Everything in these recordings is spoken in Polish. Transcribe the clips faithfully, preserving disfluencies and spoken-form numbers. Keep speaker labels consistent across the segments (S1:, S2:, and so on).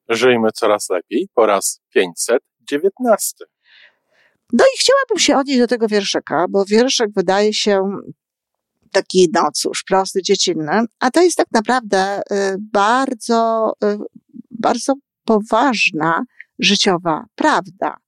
S1: Żyjmy coraz lepiej po raz pięćset dziewiętnasty.
S2: No i chciałabym się odnieść do tego wierszyka, bo wierszyk wydaje się taki, no cóż, prosty, dziecinny, a to jest tak naprawdę y, bardzo, y, bardzo poważna życiowa prawda.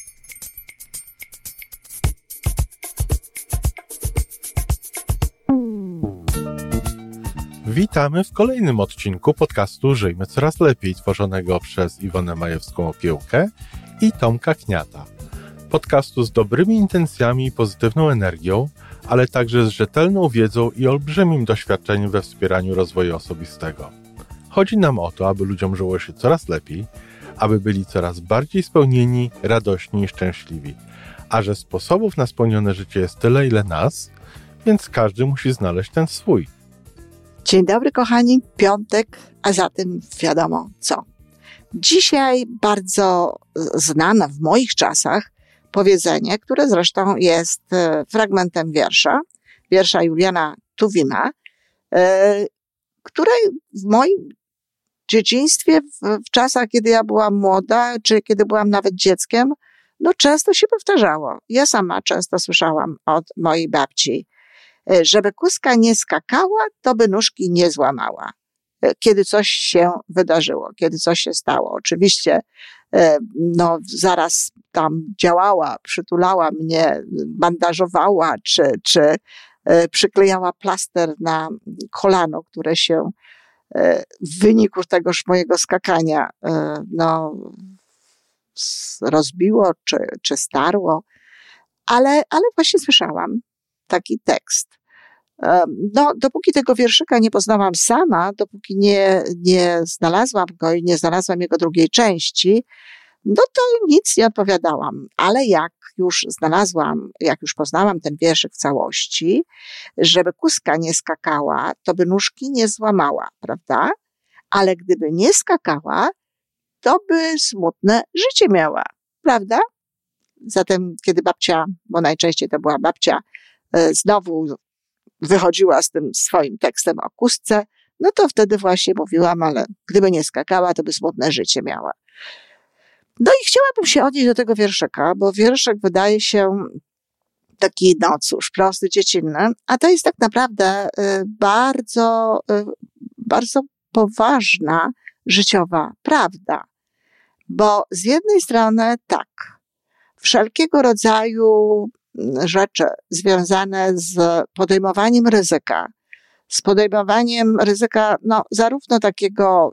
S1: Witamy w kolejnym odcinku podcastu Żyjmy Coraz Lepiej, tworzonego przez Iwonę Majewską-Opiełkę i Tomka Kniata. Podcastu z dobrymi intencjami i pozytywną energią, ale także z rzetelną wiedzą i olbrzymim doświadczeniem we wspieraniu rozwoju osobistego. Chodzi nam o to, aby ludziom żyło się coraz lepiej, aby byli coraz bardziej spełnieni, radośni i szczęśliwi. A że sposobów na spełnione życie jest tyle, ile nas, więc każdy musi znaleźć ten swój.
S2: Dzień dobry, kochani, piątek, a zatem wiadomo co. Dzisiaj bardzo znane w moich czasach powiedzenie, które zresztą jest fragmentem wiersza, wiersza Juliana Tuwima, które w moim dzieciństwie, w, w czasach, kiedy ja byłam młoda, czy kiedy byłam nawet dzieckiem, no często się powtarzało. Ja sama często słyszałam od mojej babci, żeby kuska nie skakała, to by nóżki nie złamała. Kiedy coś się wydarzyło, kiedy coś się stało. Oczywiście, no, zaraz tam działała, przytulała mnie, bandażowała, czy, czy przyklejała plaster na kolano, które się w wyniku tegoż mojego skakania, no, rozbiło, czy, czy starło. Ale, ale właśnie słyszałam taki tekst. No, dopóki tego wierszyka nie poznałam sama, dopóki nie, nie znalazłam go i nie znalazłam jego drugiej części, no to nic nie odpowiadałam. Ale jak już znalazłam, jak już poznałam ten wierszyk w całości, żeby kuska nie skakała, to by nóżki nie złamała, prawda? Ale gdyby nie skakała, to by smutne życie miała, prawda? Zatem, kiedy babcia, bo najczęściej to była babcia, znowu wychodziła z tym swoim tekstem o kusce, no to wtedy właśnie mówiłam, ale gdyby nie skakała, to by smutne życie miała. No i chciałabym się odnieść do tego wierszyka, bo wierszyk wydaje się taki, no cóż, prosty, dziecinny, a to jest tak naprawdę bardzo, bardzo poważna życiowa prawda. Bo z jednej strony tak, wszelkiego rodzaju rzeczy związane z podejmowaniem ryzyka, z podejmowaniem ryzyka, no, zarówno takiego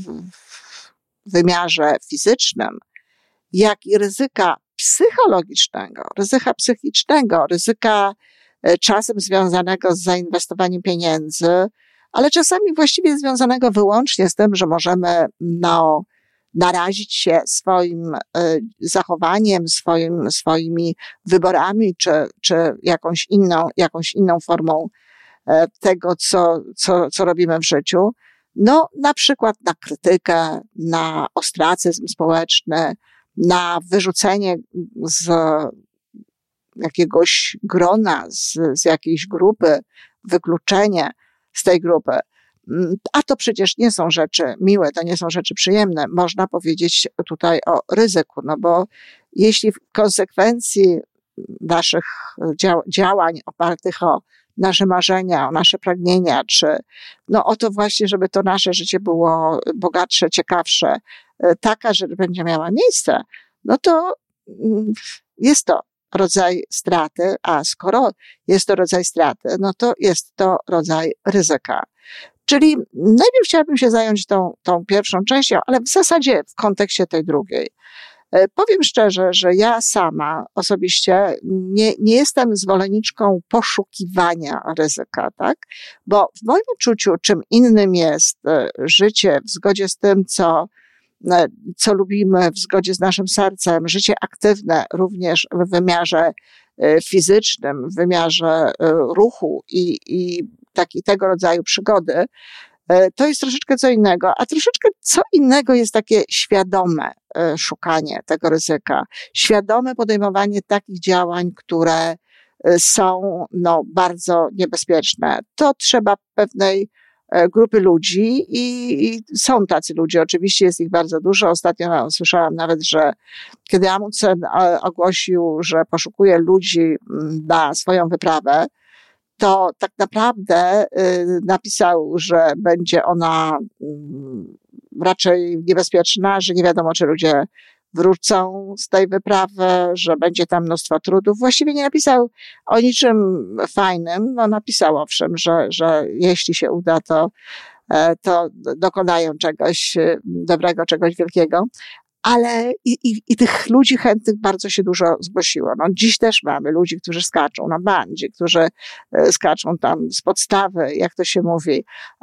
S2: w wymiarze fizycznym, jak i ryzyka psychologicznego, ryzyka psychicznego, ryzyka czasem związanego z zainwestowaniem pieniędzy, ale czasami właściwie związanego wyłącznie z tym, że możemy, no, narazić się swoim zachowaniem, swoim, swoimi wyborami, czy, czy jakąś inną, jakąś inną formą tego, co, co, co robimy w życiu. No, na przykład na krytykę, na ostracyzm społeczny, na wyrzucenie z jakiegoś grona, z, z jakiejś grupy, wykluczenie z tej grupy. A to przecież nie są rzeczy miłe, to nie są rzeczy przyjemne. Można powiedzieć tutaj o ryzyku, no bo jeśli w konsekwencji naszych działań opartych o nasze marzenia, o nasze pragnienia, czy no o to właśnie, żeby to nasze życie było bogatsze, ciekawsze, taka rzecz będzie miała miejsce, no to jest to rodzaj straty, a skoro jest to rodzaj straty, no to jest to rodzaj ryzyka. Czyli najpierw chciałabym się zająć tą, tą pierwszą częścią, ale w zasadzie w kontekście tej drugiej. Powiem szczerze, że ja sama osobiście nie, nie jestem zwolenniczką poszukiwania ryzyka, tak? Bo w moim odczuciu czym innym jest życie w zgodzie z tym, co, co lubimy, w zgodzie z naszym sercem, życie aktywne również w wymiarze fizycznym, w wymiarze ruchu i, i taki, tego rodzaju przygody, to jest troszeczkę co innego, a troszeczkę co innego jest takie świadome szukanie tego ryzyka, świadome podejmowanie takich działań, które są no, bardzo niebezpieczne. To trzeba pewnej grupy ludzi i, i są tacy ludzie. Oczywiście jest ich bardzo dużo. Ostatnio no, słyszałam nawet, że kiedy Amundsen ogłosił, że poszukuje ludzi na swoją wyprawę, to tak naprawdę y, napisał, że będzie ona y, raczej niebezpieczna, że nie wiadomo, czy ludzie wrócą z tej wyprawy, że będzie tam mnóstwo trudów. Właściwie nie napisał o niczym fajnym. No napisał owszem, że, że jeśli się uda, to, to dokonają czegoś dobrego, czegoś wielkiego. Ale i, i, i tych ludzi chętnych bardzo się dużo zgłosiło. No, dziś też mamy ludzi, którzy skaczą na bandzie, którzy skaczą tam z podstawy, jak to się mówi,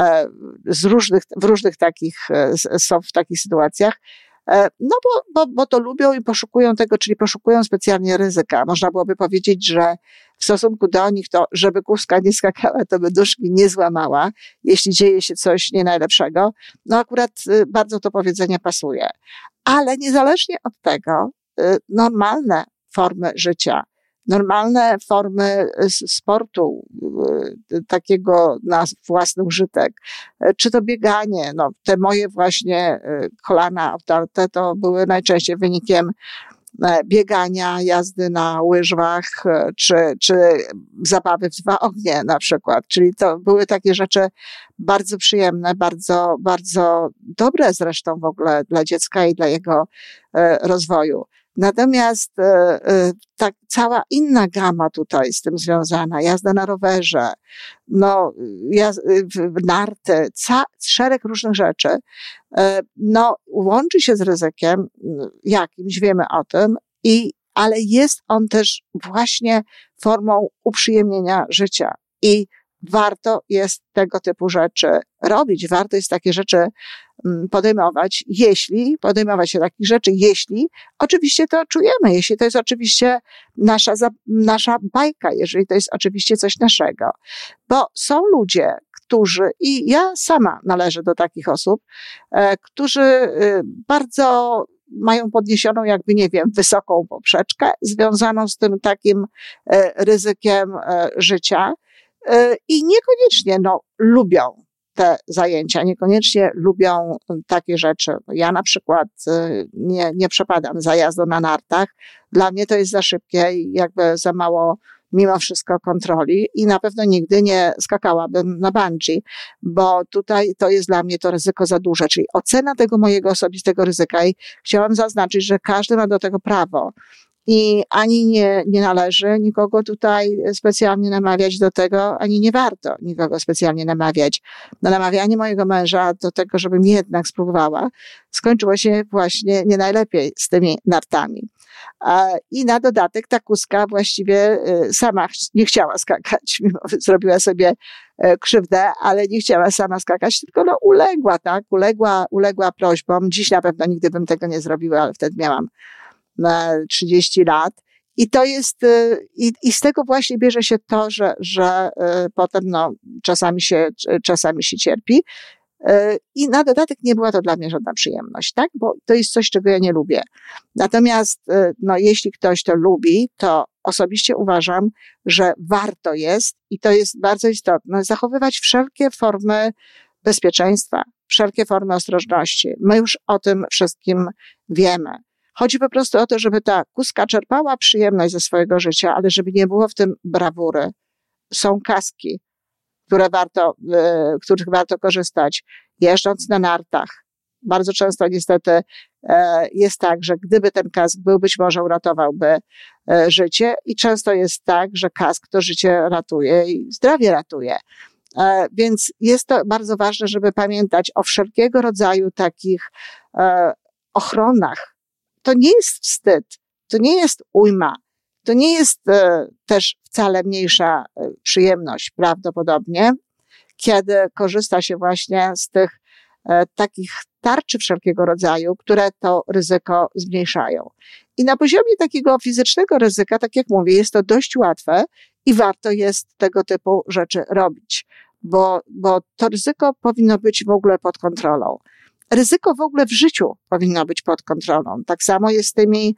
S2: z różnych, w różnych takich, są w takich sytuacjach. No bo, bo, bo to lubią i poszukują tego, czyli poszukują specjalnie ryzyka. Można byłoby powiedzieć, że w stosunku do nich to, żeby kuska nie skakała, to by duszki nie złamała, jeśli dzieje się coś nie najlepszego. No akurat bardzo to powiedzenie pasuje. Ale niezależnie od tego, normalne formy życia, normalne formy sportu, takiego na własny użytek, czy to bieganie, no te moje właśnie kolana obtarte to były najczęściej wynikiem biegania, jazdy na łyżwach, czy, czy zabawy w dwa ognie na przykład. Czyli to były takie rzeczy bardzo przyjemne, bardzo, bardzo dobre zresztą w ogóle dla dziecka i dla jego rozwoju. Natomiast tak cała inna gama tutaj z tym związana, jazda na rowerze, no, jaz- narty, ca- szereg różnych rzeczy, no, łączy się z ryzykiem jakimś, wiemy o tym, i, ale jest on też właśnie formą uprzyjemnienia życia i warto jest tego typu rzeczy robić, warto jest takie rzeczy podejmować, jeśli, podejmować się takich rzeczy, jeśli oczywiście to czujemy, jeśli to jest oczywiście nasza, nasza bajka, jeżeli to jest oczywiście coś naszego. Bo są ludzie, którzy, i ja sama należę do takich osób, którzy bardzo mają podniesioną jakby, nie wiem, wysoką poprzeczkę związaną z tym takim ryzykiem życia i niekoniecznie, no, lubią te zajęcia, niekoniecznie lubią takie rzeczy. Ja na przykład nie, nie przepadam za jazdą na nartach. Dla mnie to jest za szybkie i jakby za mało mimo wszystko kontroli i na pewno nigdy nie skakałabym na bungee, bo tutaj to jest dla mnie to ryzyko za duże, czyli ocena tego mojego osobistego ryzyka i chciałam zaznaczyć, że każdy ma do tego prawo. I ani nie, nie należy nikogo tutaj specjalnie namawiać do tego, ani nie warto nikogo specjalnie namawiać. No, namawianie mojego męża do tego, żebym jednak spróbowała, skończyło się właśnie nie najlepiej z tymi nartami. I na dodatek ta kuska właściwie sama nie chciała skakać, mimo że zrobiła sobie krzywdę, ale nie chciała sama skakać, tylko no uległa, tak, uległa, uległa prośbom. Dziś na pewno nigdy bym tego nie zrobiła, ale wtedy miałam na trzydzieści lat. I to jest, i, i z tego właśnie bierze się to, że, że potem no, czasami się, czasami się cierpi. I na dodatek nie była to dla mnie żadna przyjemność, tak? Bo to jest coś, czego ja nie lubię. Natomiast, no, jeśli ktoś to lubi, to osobiście uważam, że warto jest, i to jest bardzo istotne, zachowywać wszelkie formy bezpieczeństwa, wszelkie formy ostrożności. My już o tym wszystkim wiemy. Chodzi po prostu o to, żeby ta kuska czerpała przyjemność ze swojego życia, ale żeby nie było w tym brawury. Są kaski, które warto, których warto korzystać, jeżdżąc na nartach. Bardzo często niestety jest tak, że gdyby ten kask był, być może uratowałby życie i często jest tak, że kask to życie ratuje i zdrowie ratuje. Więc jest to bardzo ważne, żeby pamiętać o wszelkiego rodzaju takich ochronach. To nie jest wstyd, to nie jest ujma, to nie jest e, też wcale mniejsza e, przyjemność prawdopodobnie, kiedy korzysta się właśnie z tych e, takich tarczy wszelkiego rodzaju, które to ryzyko zmniejszają. I na poziomie takiego fizycznego ryzyka, tak jak mówię, jest to dość łatwe i warto jest tego typu rzeczy robić, bo, bo to ryzyko powinno być w ogóle pod kontrolą. Ryzyko w ogóle w życiu powinno być pod kontrolą. Tak samo jest z tymi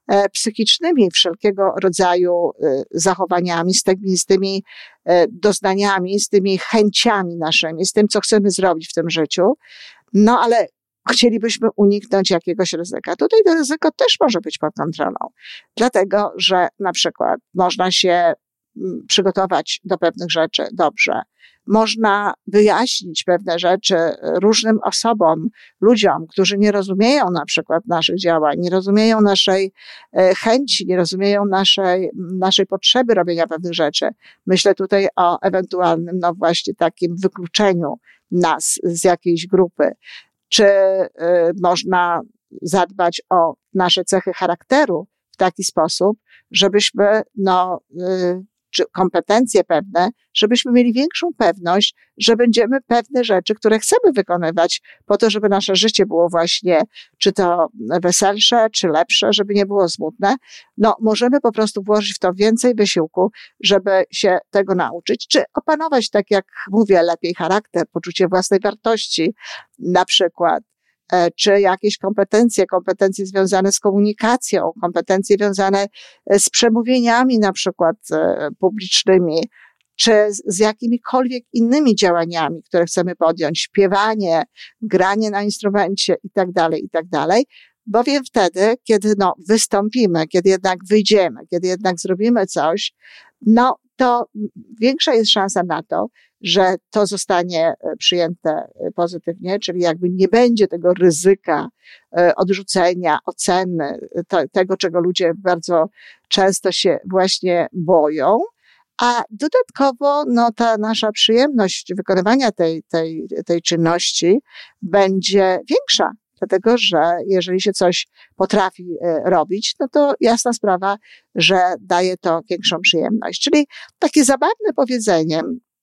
S2: psychicznymi, wszelkiego rodzaju zachowaniami, z tymi, z tymi doznaniami, z tymi chęciami naszymi, z tym, co chcemy zrobić w tym życiu. No ale chcielibyśmy uniknąć jakiegoś ryzyka. Tutaj to ryzyko też może być pod kontrolą, dlatego że na przykład można się przygotować do pewnych rzeczy dobrze. Można wyjaśnić pewne rzeczy różnym osobom, ludziom, którzy nie rozumieją na przykład naszych działań, nie rozumieją naszej chęci, nie rozumieją naszej, naszej potrzeby robienia pewnych rzeczy. Myślę tutaj o ewentualnym, no właśnie takim wykluczeniu nas z jakiejś grupy. Czy y, można zadbać o nasze cechy charakteru w taki sposób, żebyśmy, no, y, czy kompetencje pewne, żebyśmy mieli większą pewność, że będziemy pewne rzeczy, które chcemy wykonywać po to, żeby nasze życie było właśnie, czy to weselsze, czy lepsze, żeby nie było smutne. No, możemy po prostu włożyć w to więcej wysiłku, żeby się tego nauczyć, czy opanować, tak jak mówię, lepiej charakter, poczucie własnej wartości, na przykład. Czy jakieś kompetencje, kompetencje związane z komunikacją, kompetencje związane z przemówieniami na przykład publicznymi, czy z jakimikolwiek innymi działaniami, które chcemy podjąć, śpiewanie, granie na instrumencie i tak dalej, i tak dalej. Bowiem wtedy, kiedy no, wystąpimy, kiedy jednak wyjdziemy, kiedy jednak zrobimy coś, no to większa jest szansa na to, że to zostanie przyjęte pozytywnie, czyli jakby nie będzie tego ryzyka odrzucenia, oceny, to, tego, czego ludzie bardzo często się właśnie boją, a dodatkowo no, ta nasza przyjemność wykonywania tej, tej, tej czynności będzie większa. Dlatego, że jeżeli się coś potrafi robić, no to jasna sprawa, że daje to większą przyjemność. Czyli takie zabawne powiedzenie,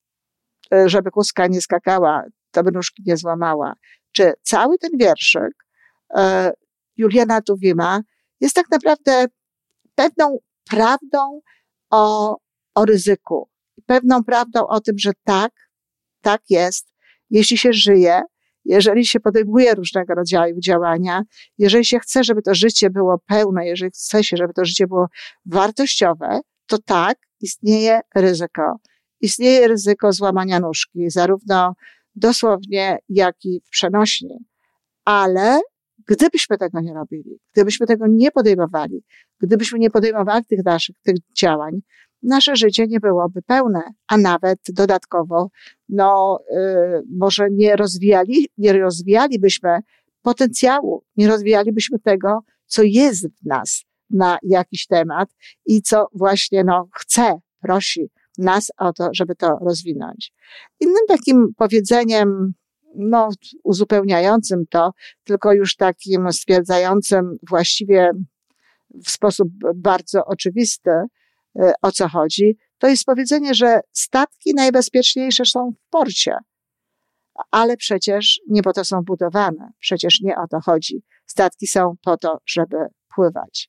S2: żeby kuska nie skakała, to by nóżki nie złamała. Czy cały ten wierszyk Juliana Tuwima jest tak naprawdę pewną prawdą o, o ryzyku. Pewną prawdą o tym, że tak, tak jest, jeśli się żyje, jeżeli się podejmuje różnego rodzaju działania, jeżeli się chce, żeby to życie było pełne, jeżeli chce się, żeby to życie było wartościowe, to tak, istnieje ryzyko. Istnieje ryzyko złamania nóżki, zarówno dosłownie, jak i w przenośni. Ale gdybyśmy tego nie robili, gdybyśmy tego nie podejmowali, gdybyśmy nie podejmowali tych naszych, tych działań, nasze życie nie byłoby pełne, a nawet dodatkowo, no, y, może nie rozwijali, nie rozwijalibyśmy potencjału, nie rozwijalibyśmy tego, co jest w nas na jakiś temat i co właśnie, no, chce, prosi nas o to, żeby to rozwinąć. Innym takim powiedzeniem, no, uzupełniającym to, tylko już takim stwierdzającym właściwie w sposób bardzo oczywisty, o co chodzi, to jest powiedzenie, że statki najbezpieczniejsze są w porcie, ale przecież nie po to są budowane, przecież nie o to chodzi. Statki są po to, żeby pływać.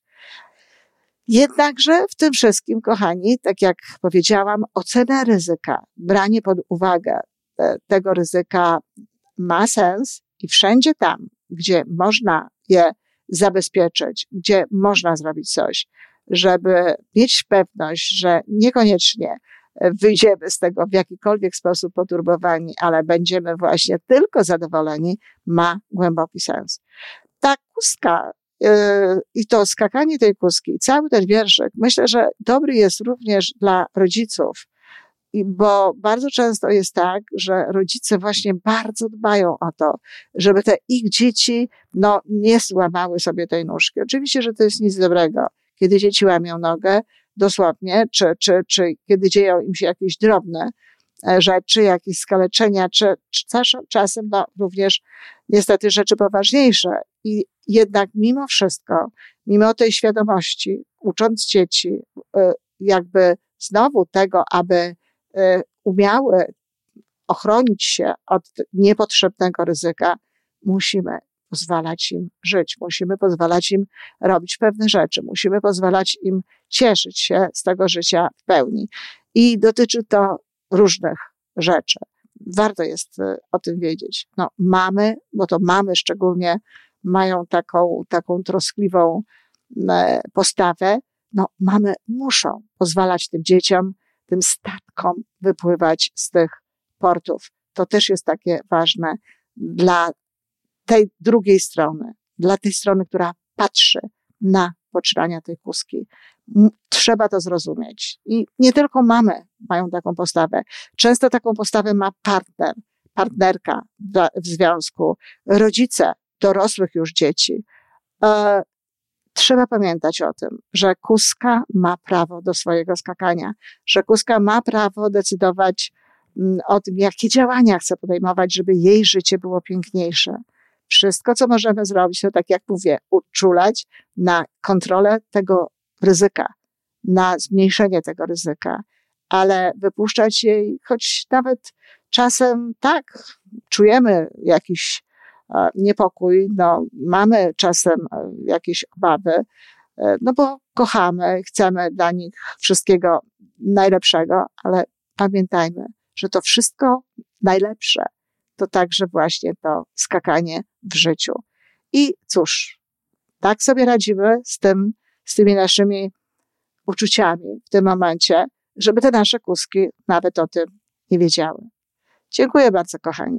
S2: Jednakże w tym wszystkim, kochani, tak jak powiedziałam, ocena ryzyka, branie pod uwagę tego ryzyka ma sens i wszędzie tam, gdzie można je zabezpieczyć, gdzie można zrobić coś, żeby mieć pewność, że niekoniecznie wyjdziemy z tego w jakikolwiek sposób poturbowani, ale będziemy właśnie tylko zadowoleni, ma głęboki sens. Ta kuska yy, i to skakanie tej kuski, cały ten wierszyk, myślę, że dobry jest również dla rodziców, I bo bardzo często jest tak, że rodzice właśnie bardzo dbają o to, żeby te ich dzieci no, nie złamały sobie tej nóżki. Oczywiście, że to jest nic dobrego, kiedy dzieci łamią nogę, dosłownie, czy, czy, czy kiedy dzieją im się jakieś drobne rzeczy, jakieś skaleczenia, czy, czy czasem no, również niestety rzeczy poważniejsze. I jednak mimo wszystko, mimo tej świadomości, ucząc dzieci jakby znowu tego, aby umiały ochronić się od niepotrzebnego ryzyka, musimy pozwalać im żyć, musimy pozwalać im robić pewne rzeczy, musimy pozwalać im cieszyć się z tego życia w pełni. I dotyczy to różnych rzeczy. Warto jest o tym wiedzieć. No, mamy, bo to mamy szczególnie mają taką, taką troskliwą postawę, no mamy muszą pozwalać tym dzieciom, tym statkom wypływać z tych portów. To też jest takie ważne dla tej drugiej strony, dla tej strony, która patrzy na poczynania tej kuski. Trzeba to zrozumieć. I nie tylko mamy mają taką postawę. Często taką postawę ma partner, partnerka w związku, rodzice dorosłych już dzieci. Trzeba pamiętać o tym, że kuska ma prawo do swojego skakania, że kuska ma prawo decydować o tym, jakie działania chce podejmować, żeby jej życie było piękniejsze. Wszystko, co możemy zrobić, to tak jak mówię, uczulać na kontrolę tego ryzyka, na zmniejszenie tego ryzyka, ale wypuszczać jej, choć nawet czasem tak, czujemy jakiś niepokój, no, mamy czasem jakieś obawy, no bo kochamy, chcemy dla nich wszystkiego najlepszego, ale pamiętajmy, że to wszystko najlepsze to także właśnie to skakanie w życiu. I cóż, tak sobie radzimy z tym, z tymi naszymi uczuciami w tym momencie, żeby te nasze kuski nawet o tym nie wiedziały. Dziękuję bardzo, kochani.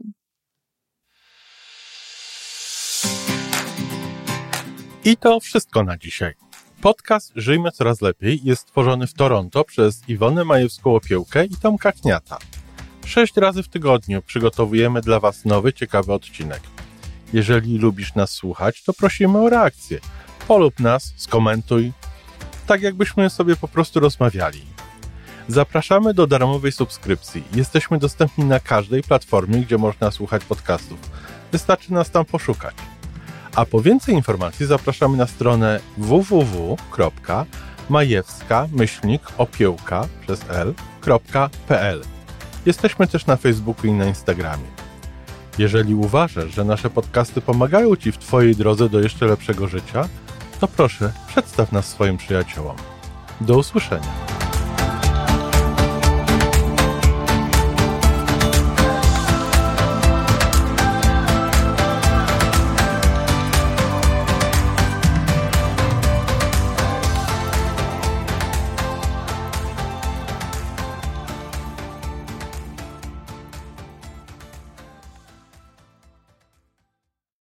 S1: I to wszystko na dzisiaj. Podcast Żyjmy Coraz Lepiej jest stworzony w Toronto przez Iwonę Majewską-Opiełkę i Tomka Kniata. Sześć razy w tygodniu przygotowujemy dla Was nowy, ciekawy odcinek. Jeżeli lubisz nas słuchać, to prosimy o reakcję. Polub nas, skomentuj, tak jakbyśmy sobie po prostu rozmawiali. Zapraszamy do darmowej subskrypcji. Jesteśmy dostępni na każdej platformie, gdzie można słuchać podcastów. Wystarczy nas tam poszukać. A po więcej informacji zapraszamy na stronę w w w kropka majewska myślnik opiełka przez l kropka p l. Jesteśmy też na Facebooku i na Instagramie. Jeżeli uważasz, że nasze podcasty pomagają Ci w Twojej drodze do jeszcze lepszego życia, to proszę, przedstaw nas swoim przyjaciołom. Do usłyszenia.